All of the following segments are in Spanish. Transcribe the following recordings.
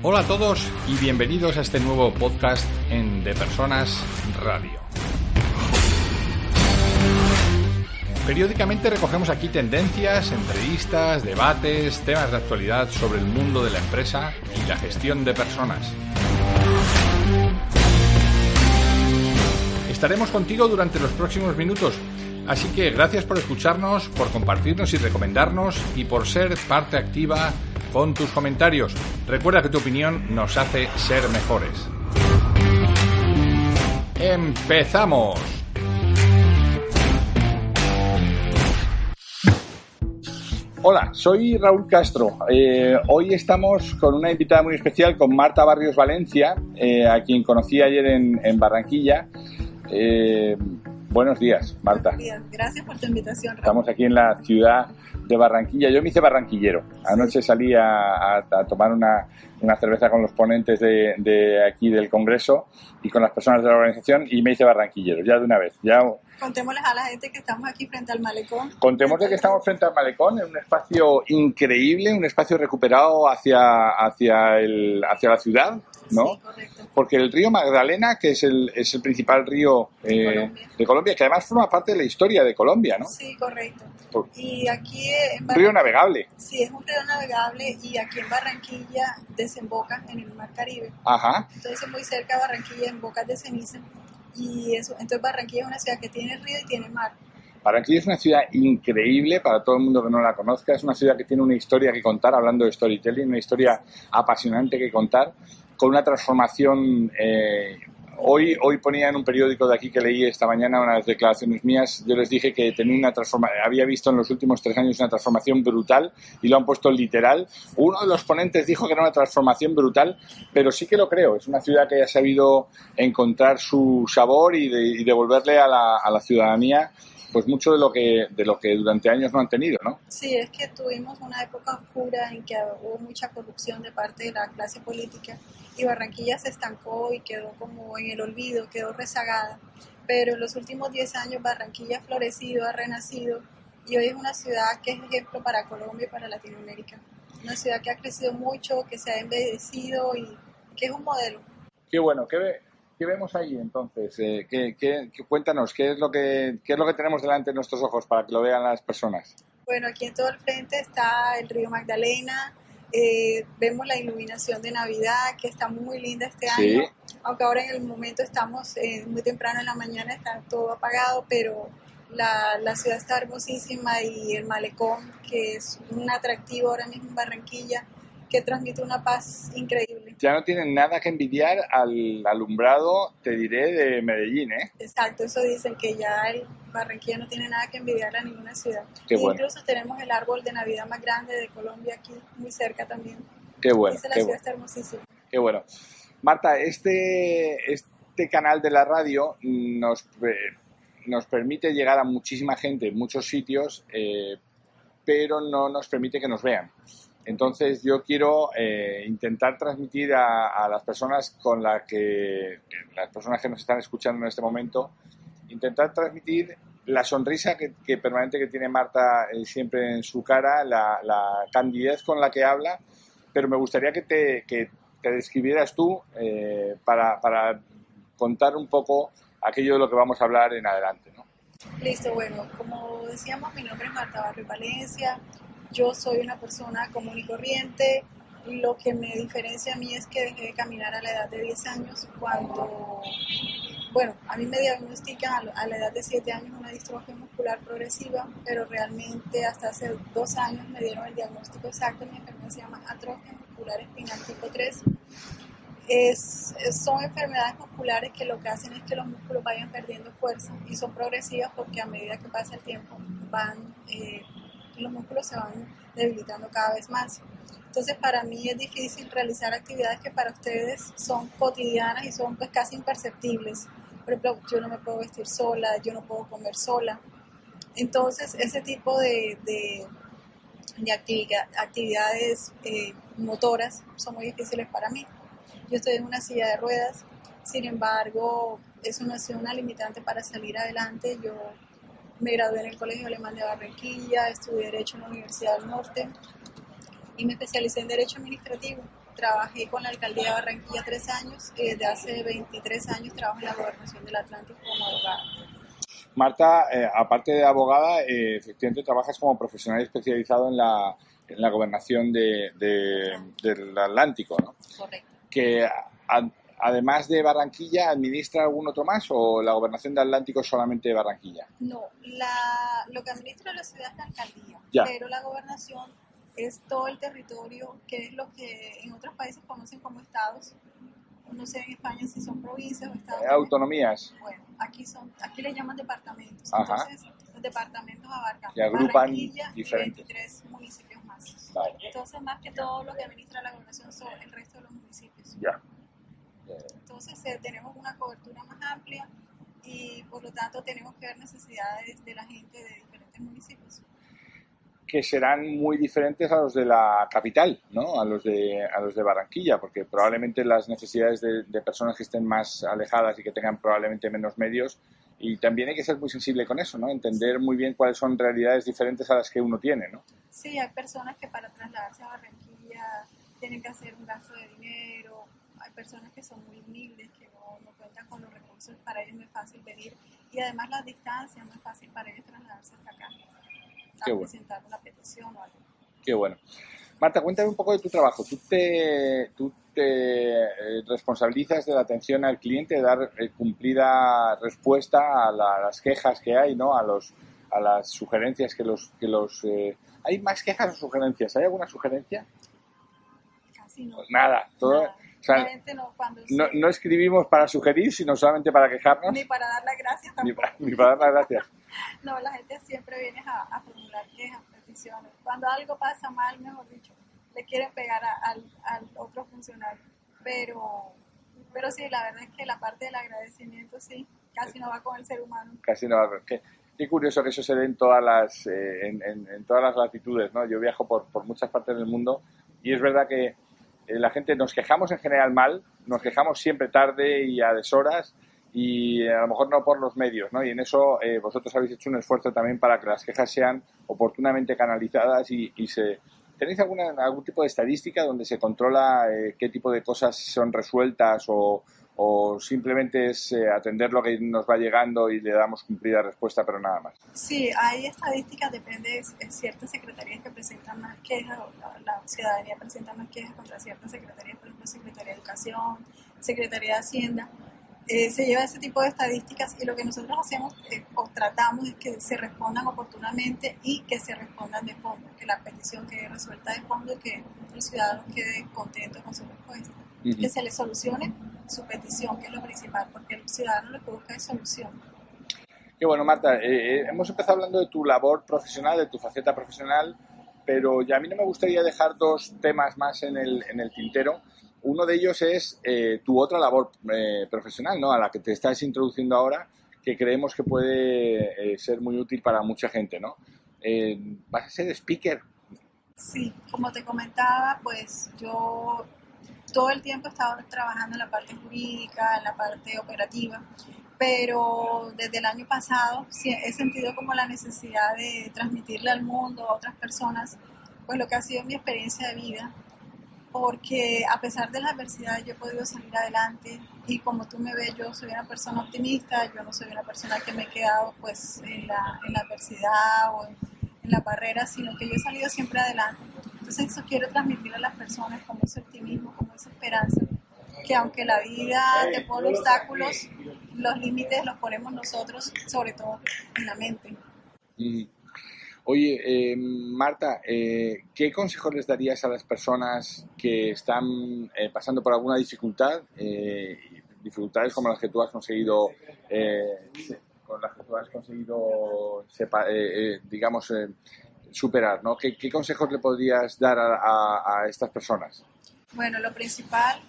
Hola a todos y bienvenidos a este nuevo podcast en De Personas Radio. Periódicamente recogemos aquí tendencias, entrevistas, debates, temas de actualidad sobre el mundo de la empresa y la gestión de personas. Estaremos contigo durante los próximos minutos, así que gracias por escucharnos, por compartirnos y recomendarnos y por ser parte activa con tus comentarios. Recuerda que tu opinión nos hace ser mejores. ¡Empezamos! Hola, soy Raúl Castro. Hoy estamos con una invitada muy especial, con Marta Barrios Valencia, a quien conocí ayer en Barranquilla. Buenos días, Marta. Buenos días. Gracias por tu invitación, Raúl. Estamos aquí en la ciudad de Barranquilla. Yo me hice barranquillero. Anoche salí a tomar una cerveza con los ponentes de aquí del Congreso y con las personas de la organización y me hice barranquillero, ya de una vez. Contémosles a la gente que estamos aquí frente al malecón. Contémosle que estamos frente al malecón, en un espacio increíble, un espacio recuperado hacia la ciudad, ¿no? Sí, correcto. Porque el río Magdalena, que es el principal río de Colombia, que además forma parte de la historia de Colombia, ¿no? Sí, correcto. Y aquí en un río navegable. Sí, es un río navegable y aquí en Barranquilla desemboca en el Mar Caribe. Ajá. Entonces muy cerca de Barranquilla, en Bocas de Ceniza. Y eso, entonces Barranquilla es una ciudad que tiene río y tiene mar. Barranquilla es una ciudad increíble para todo el mundo que no la conozca. Es una ciudad que tiene una historia que contar, hablando de storytelling, una historia apasionante que contar, con una transformación. Hoy ponía en un periódico de aquí que leí esta mañana unas declaraciones mías. Yo les dije que tenía una había visto en los últimos 3 años una transformación brutal y lo han puesto literal. Uno de los ponentes dijo que era una transformación brutal, pero sí que lo creo. Es una ciudad que ha sabido encontrar su sabor y devolverle a la ciudadanía pues mucho de lo que durante años no han tenido, ¿no? Sí, es que tuvimos una época oscura en que hubo mucha corrupción de parte de la clase política y Barranquilla se estancó y quedó como en el olvido, quedó rezagada. Pero en los últimos 10 años Barranquilla ha florecido, ha renacido y hoy es una ciudad que es ejemplo para Colombia y para Latinoamérica. Una ciudad que ha crecido mucho, que se ha embellecido y que es un modelo. Qué bueno, ¿qué vemos ahí entonces? Cuéntanos, ¿qué es lo que tenemos delante de nuestros ojos para que lo vean las personas? Bueno, aquí en todo el frente está el río Magdalena, vemos la iluminación de Navidad que está muy linda este año, aunque ahora en el momento estamos muy temprano en la mañana, está todo apagado, pero la ciudad está hermosísima y el malecón, que es un atractivo ahora mismo en Barranquilla, que transmite una paz increíble. Ya no tienen nada que envidiar al alumbrado, te diré, de Medellín, ¿eh? Exacto, eso dicen, que ya el Barranquilla no tiene nada que envidiar a ninguna ciudad. Qué bueno. Incluso tenemos el árbol de Navidad más grande de Colombia aquí, muy cerca también. Qué bueno. La ciudad está hermosísima. Qué bueno. Marta, este canal de la radio nos permite llegar a muchísima gente en muchos sitios, pero no nos permite que nos vean. Entonces yo quiero intentar transmitir a las personas las personas que nos están escuchando en este momento, intentar transmitir la sonrisa que permanente que tiene Marta siempre en su cara, la candidez con la que habla, pero me gustaría que te describieras tú para contar un poco aquello de lo que vamos a hablar en adelante, ¿no? Listo, bueno, como decíamos, mi nombre es Marta Barrios Valencia. Yo soy una persona común y corriente. Lo que me diferencia a mí es que dejé de caminar a la edad de 10 años cuando, a mí me diagnostican a la edad de 7 años una distrofia muscular progresiva, pero realmente hasta hace 2 años me dieron el diagnóstico exacto. Mi enfermedad se llama atrofia muscular espinal tipo 3. Son enfermedades musculares que lo que hacen es que los músculos vayan perdiendo fuerza y son progresivas porque a medida que pasa el tiempo los músculos se van debilitando cada vez más. Entonces para mí es difícil realizar actividades que para ustedes son cotidianas y son pues casi imperceptibles. Por ejemplo, yo no me puedo vestir sola, yo no puedo comer sola. Entonces ese tipo de actividades motoras son muy difíciles para mí. Yo estoy en una silla de ruedas, sin embargo, eso no ha sido una limitante para salir adelante. Yo me gradué en el Colegio Alemán de Barranquilla, estudié Derecho en la Universidad del Norte y me especialicé en Derecho Administrativo. trabajé con la alcaldía de Barranquilla 13 años y desde hace 23 años trabajo en la gobernación del Atlántico como abogada. Marta, aparte de abogada, efectivamente trabajas como profesional especializado en la gobernación del Atlántico, ¿no? Correcto. Que además de Barranquilla, ¿administra algún otro más o la gobernación del Atlántico es solamente Barranquilla? No, lo que administra la ciudad es la alcaldía, Ya. pero la gobernación es todo el territorio, que es lo que en otros países conocen como estados. No sé en España si son provincias o estados. Autonomías. Bueno, aquí le llaman departamentos. Ajá. Entonces, los departamentos abarcan que agrupan Barranquilla diferentes. y 23 municipios más. Vale. Entonces, más que todo lo que administra la gobernación son el resto de los municipios. Ya. Entonces, tenemos una cobertura más amplia y por lo tanto tenemos que ver necesidades de la gente de diferentes municipios. Que serán muy diferentes a los de la capital, ¿no? A los de Barranquilla, porque probablemente las necesidades de personas que estén más alejadas y que tengan probablemente menos medios, y también hay que ser muy sensible con eso, ¿no? Entender muy bien cuáles son realidades diferentes a las que uno tiene, ¿no? Sí, hay personas que para trasladarse a Barranquilla tienen que hacer un gasto de dinero, hay personas que son muy humildes, que no cuentan con los recursos, para ellos no es fácil venir, y además las distancias no es fácil para ellos trasladarse hasta acá. Qué bueno. Presentar una petición o algo. Qué bueno. Marta, cuéntame un poco de tu trabajo. ¿Tú te responsabilizas de la atención al cliente, de dar cumplida respuesta a las quejas que hay, ¿no? A las sugerencias ¿Hay más quejas o sugerencias? ¿Hay alguna sugerencia? Casi no. Nada. Todo. Nada. O sea, La gente no escribimos para sugerir, sino solamente para quejarnos. Ni para dar las gracias tampoco. Ni para dar las gracias. No, la gente siempre viene a formular quejas, peticiones. Cuando algo pasa mal, mejor dicho, le quieren pegar al otro funcionario. Pero sí, la verdad es que la parte del agradecimiento sí, casi no va con el ser humano. Casi no va. Qué curioso que eso se dé en todas las latitudes, ¿no? Yo viajo por muchas partes del mundo y es verdad que la gente nos quejamos en general mal, nos quejamos siempre tarde y a deshoras y a lo mejor no por los medios, ¿no? Y en eso vosotros habéis hecho un esfuerzo también para que las quejas sean oportunamente canalizadas y ¿tenéis algún tipo de estadística donde se controla qué tipo de cosas son resueltas o simplemente es atender lo que nos va llegando y le damos cumplida respuesta, pero nada más? Sí, hay estadísticas, depende de ciertas secretarías que presentan más quejas, o la ciudadanía presenta más quejas contra ciertas secretarías, por ejemplo, Secretaría de Educación, Secretaría de Hacienda. Se lleva ese tipo de estadísticas y lo que nosotros hacemos o tratamos es que se respondan oportunamente y que se respondan de fondo, que la petición quede resuelta de fondo y que el ciudadano quede contento con su respuesta. Uh-huh. Que se le solucione su petición, que es lo principal, porque el ciudadano lo que busca es solución. Qué bueno, Marta. Hemos empezado hablando de tu labor profesional, de tu faceta profesional, pero ya a mí no me gustaría dejar dos temas más en el tintero. Uno de ellos es tu otra labor profesional, ¿no? A la que te estás introduciendo ahora, que creemos que puede ser muy útil para mucha gente, ¿no? ¿Vas a ser speaker? Sí, como te comentaba, pues yo todo el tiempo he estado trabajando en la parte jurídica, en la parte operativa, pero desde el año pasado he sentido como la necesidad de transmitirle al mundo, a otras personas, pues lo que ha sido mi experiencia de vida, porque a pesar de la adversidad yo he podido salir adelante y como tú me ves, yo soy una persona optimista, yo no soy una persona que me he quedado pues en la adversidad o en la barrera, sino que yo he salido siempre adelante. Entonces eso quiero transmitir a las personas como ese optimismo, como esa esperanza, que aunque la vida te pone obstáculos, los límites los ponemos nosotros, sobre todo en la mente. Oye, Marta, ¿qué consejos les darías a las personas que están pasando por alguna dificultad? Dificultades como las que tú has conseguido, superar, ¿no? ¿Qué consejos le podrías dar a estas personas? Bueno, lo principal,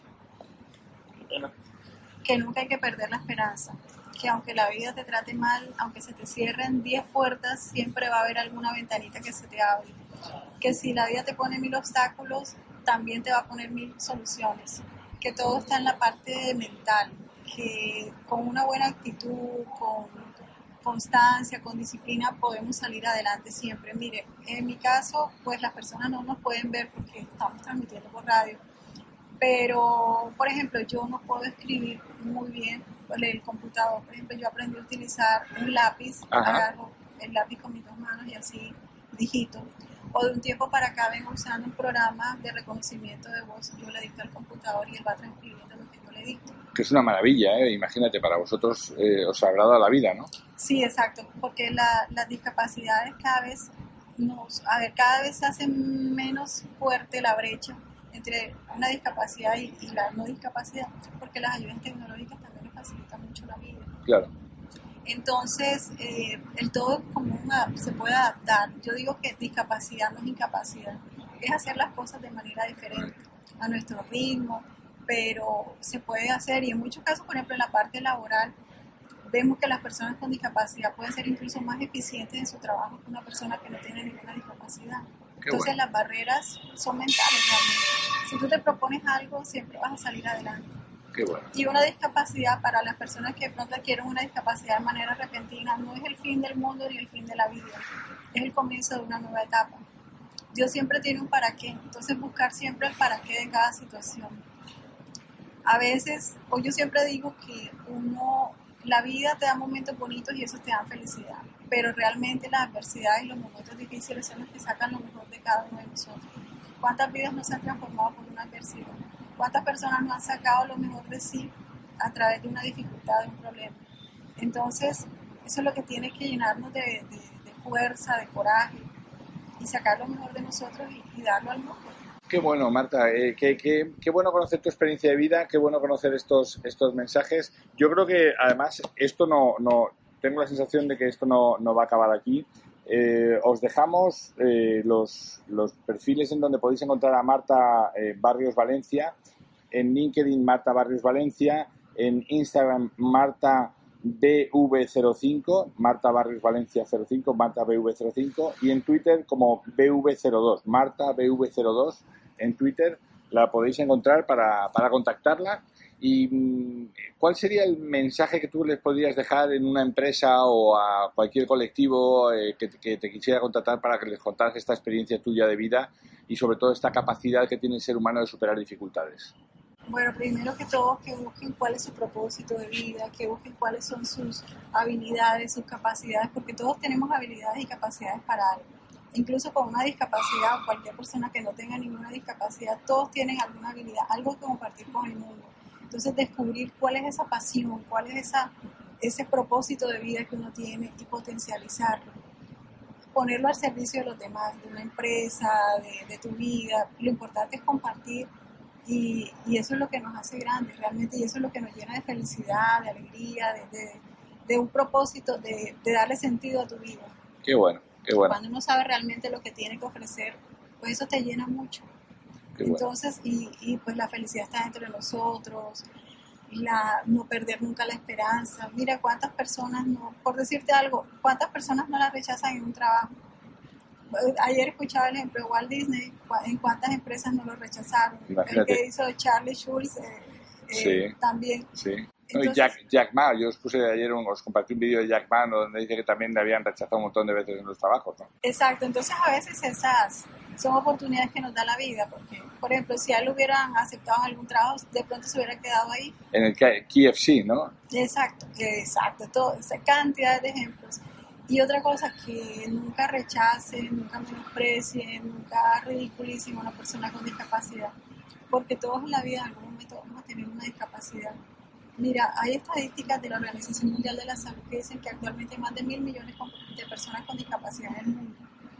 que nunca hay que perder la esperanza. Que aunque la vida te trate mal, aunque se te cierren 10 puertas, siempre va a haber alguna ventanita que se te abre. Que si la vida te pone 1000 obstáculos, también te va a poner 1000 soluciones. Que todo está en la parte mental, que con una buena actitud, con constancia, con disciplina, podemos salir adelante siempre. Mire, en mi caso, pues las personas no nos pueden ver porque estamos transmitiendo por radio, Pero, por ejemplo, yo no puedo escribir muy bien con el computador. Por ejemplo, yo aprendí a utilizar un lápiz, Ajá. agarro el lápiz con mis dos manos y así digito. O de un tiempo para acá vengo usando un programa de reconocimiento de voz. Yo le dicto al computador y él va transcribiendo lo que yo le dicto. Que es una maravilla, ¿eh? Imagínate, para vosotros os habrá dado la vida, ¿no? Sí, exacto, porque las discapacidades cada vez se hace menos fuerte la brecha entre una discapacidad y la no discapacidad, porque las ayudas tecnológicas también nos facilitan mucho la vida. Claro. Entonces, el todo común se puede adaptar. Yo digo que discapacidad no es incapacidad, es hacer las cosas de manera diferente, a nuestro ritmo, pero se puede hacer, y en muchos casos, por ejemplo, en la parte laboral, vemos que las personas con discapacidad pueden ser incluso más eficientes en su trabajo que una persona que no tiene ninguna discapacidad. Entonces, las barreras son mentales realmente. Si tú te propones algo, siempre vas a salir adelante. Qué bueno. Y una discapacidad, para las personas que de pronto adquieren una discapacidad de manera repentina, no es el fin del mundo ni el fin de la vida, es el comienzo de una nueva etapa. Dios siempre tiene un para qué, entonces buscar siempre el para qué de cada situación. A veces, o yo siempre digo que la vida te da momentos bonitos y esos te dan felicidad, pero realmente las adversidades y los momentos difíciles son los que sacan lo mejor de cada uno de nosotros. ¿Cuántas vidas no se han transformado por una adversidad? ¿Cuántas personas no han sacado lo mejor de sí a través de una dificultad, de un problema? Entonces, eso es lo que tiene que llenarnos de fuerza, de coraje y sacar lo mejor de nosotros y darlo al mundo. Qué bueno, Marta, qué bueno conocer tu experiencia de vida, qué bueno conocer estos mensajes. Yo creo que además esto no tengo la sensación de que esto no va a acabar aquí. Os dejamos los perfiles en donde podéis encontrar a Marta Barrios Valencia, en LinkedIn Marta Barrios Valencia, en Instagram Marta BV05, Marta Barrios Valencia 05, Marta BV05, y en Twitter como BV02, Marta BV02 en Twitter. La podéis encontrar para contactarla. ¿Y cuál sería el mensaje que tú les podrías dejar en una empresa o a cualquier colectivo que te quisiera contratar para que les contaras esta experiencia tuya de vida y sobre todo esta capacidad que tiene el ser humano de superar dificultades? Bueno, primero que todo, que busquen cuál es su propósito de vida, que busquen cuáles son sus habilidades, sus capacidades, porque todos tenemos habilidades y capacidades para algo. Incluso con una discapacidad o cualquier persona que no tenga ninguna discapacidad, todos tienen alguna habilidad, algo que compartir con el mundo. Entonces, descubrir cuál es esa pasión, cuál es ese propósito de vida que uno tiene y potencializarlo. Ponerlo al servicio de los demás, de una empresa, de tu vida. Lo importante es compartir y eso es lo que nos hace grandes realmente, y eso es lo que nos llena de felicidad, de alegría, de un propósito, de darle sentido a tu vida. Qué bueno, qué bueno. Cuando uno sabe realmente lo que tiene que ofrecer, pues eso te llena mucho. Entonces, y pues la felicidad está dentro de nosotros, no perder nunca la esperanza. Mira cuántas personas por decirte algo, cuántas personas no la rechazan en un trabajo. Ayer escuchaba el ejemplo de Walt Disney, en cuántas empresas no lo rechazaron. Imagínate. El que hizo Charlie Schulz sí, también. Sí. Entonces, Jack Ma, yo os compartí un vídeo de Jack Ma donde dice que también le habían rechazado un montón de veces en los trabajos, ¿no? Exacto, entonces a veces esas son oportunidades que nos da la vida, porque, por ejemplo, si a él lo hubieran aceptado en algún trabajo, de pronto se hubiera quedado ahí. En el KFC, ¿no? Exacto, toda esa cantidad de ejemplos. Y otra cosa, que nunca rechacen, nunca menosprecien, nunca ridiculicen a una persona con discapacidad, porque todos en la vida en algún momento vamos a tener una discapacidad. Mira, hay estadísticas de la Organización Mundial de la Salud que dicen que actualmente hay más de 1.000 millones de personas con discapacidad en el mundo.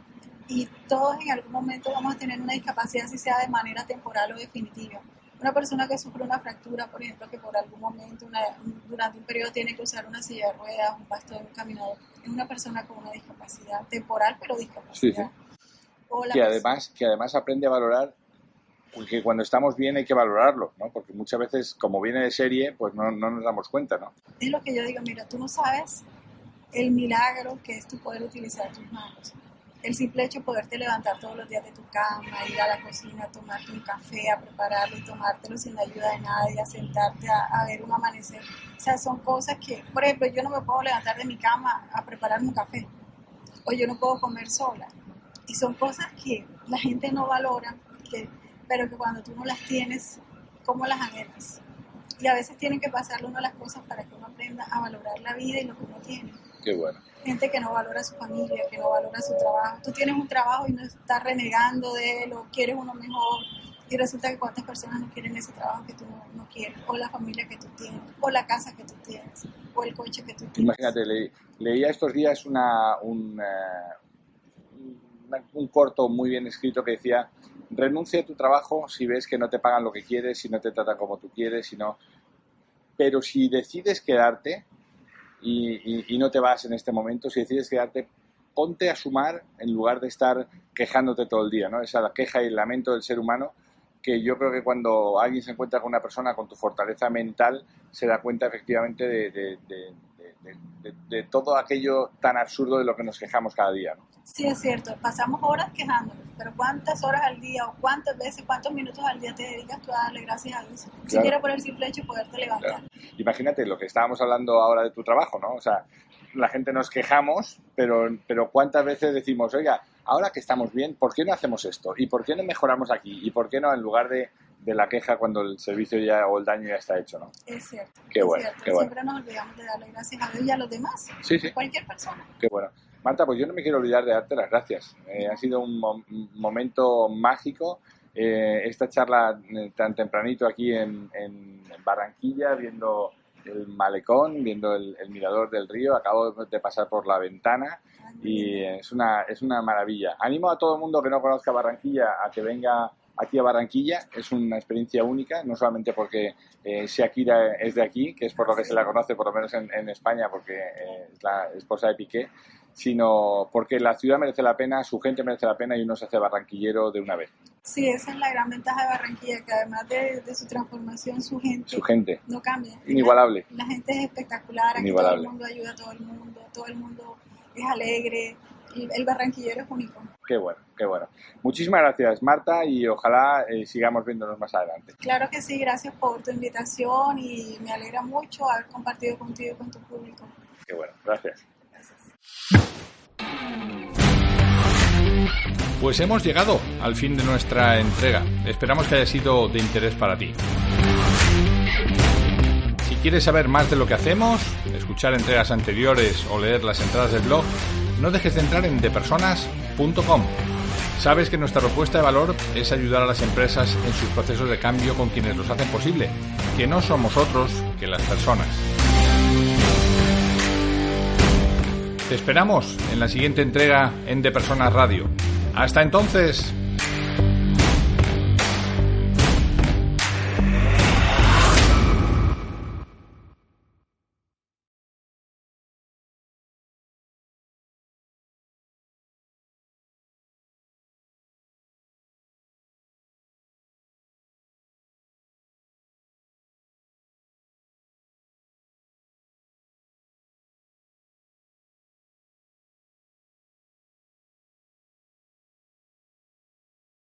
Y todos en algún momento vamos a tener una discapacidad, si sea de manera temporal o definitiva. Una persona que sufre una fractura, por ejemplo, que por algún momento, durante un periodo tiene que usar una silla de ruedas, un bastón, un caminador, es una persona con una discapacidad temporal, pero discapacidad. Sí. Que además aprende a valorar, porque cuando estamos bien hay que valorarlo, ¿no? Porque muchas veces, como viene de serie, pues no nos damos cuenta, ¿no? Es lo que yo digo, mira, tú no sabes el milagro que es tu poder utilizar tus manos. El simple hecho de poderte levantar todos los días de tu cama, ir a la cocina, tomarte un café, a prepararlo y tomártelo sin la ayuda de nadie, a sentarte a ver un amanecer. O sea, son cosas que, por ejemplo, yo no me puedo levantar de mi cama a prepararme un café, o yo no puedo comer sola. Y son cosas que la gente no valora, pero que cuando tú no las tienes, cómo las anhelas. Y a veces tienen que pasarle uno las cosas para que uno aprenda a valorar la vida y lo que uno tiene. Qué bueno. Gente que no valora a su familia, que no valora su trabajo. Tú tienes un trabajo y no estás renegando de él o quieres uno mejor. Y resulta que cuántas personas no quieren ese trabajo que tú no quieres, o la familia que tú tienes, o la casa que tú tienes, o el coche que tú tienes. Imagínate, leía estos días un corto muy bien escrito que decía: renuncia a tu trabajo si ves que no te pagan lo que quieres, si no te tratan como tú quieres, pero si decides quedarte y no te vas en este momento, si decides quedarte, ponte a sumar en lugar de estar quejándote todo el día, ¿no? Esa la queja y el lamento del ser humano, que yo creo que cuando alguien se encuentra con una persona con tu fortaleza mental, se da cuenta efectivamente de todo aquello tan absurdo de lo que nos quejamos cada día, ¿no? Sí, es cierto, pasamos horas quejándonos, pero ¿cuántas horas al día o cuántas veces, cuántos minutos al día te dedicas tú a darle gracias a Dios? Claro. Siquiera por el simple hecho de poderte levantar. Claro. Imagínate lo que estábamos hablando ahora de tu trabajo, ¿no? O sea, la gente nos quejamos, pero ¿cuántas veces decimos, oiga, ahora que estamos bien, ¿por qué no hacemos esto? ¿Y por qué no mejoramos aquí? ¿Y por qué no en lugar de la queja cuando el servicio ya o el daño ya está hecho, ¿no? Es cierto. Qué bueno, cierto. Qué bueno. Siempre nos olvidamos de darle gracias a Dios y a los demás. Sí, sí. Cualquier persona. Qué bueno. Marta, pues yo no me quiero olvidar de darte las gracias. Ha sido un momento mágico esta charla tan tempranito aquí en Barranquilla, viendo el malecón, viendo el mirador del río. Acabo de pasar por la ventana y es una maravilla. Animo a todo el mundo que no conozca Barranquilla a que venga aquí a Barranquilla. Es una experiencia única, no solamente porque Shakira es de aquí, que es por lo que se la conoce, por lo menos en España, porque es la esposa de Piqué, sino porque la ciudad merece la pena, su gente merece la pena y uno se hace barranquillero de una vez. Sí, esa es la gran ventaja de Barranquilla, que además de su transformación, su gente no cambia. Inigualable. La gente es espectacular, aquí todo el mundo ayuda a todo el mundo es alegre, el barranquillero es único. Qué bueno, qué bueno. Muchísimas gracias, Marta, y ojalá sigamos viéndonos más adelante. Claro que sí, gracias por tu invitación y me alegra mucho haber compartido contigo y con tu público. Qué bueno, gracias. Pues hemos llegado al fin de nuestra entrega. Esperamos que haya sido de interés para ti. Si quieres saber más de lo que hacemos, escuchar entregas anteriores o leer las entradas del blog, no dejes de entrar en depersonas.com. Sabes que nuestra propuesta de valor es ayudar a las empresas en sus procesos de cambio con quienes los hacen posible, que no somos otros que las personas. Te esperamos en la siguiente entrega en De Personas Radio. Hasta entonces.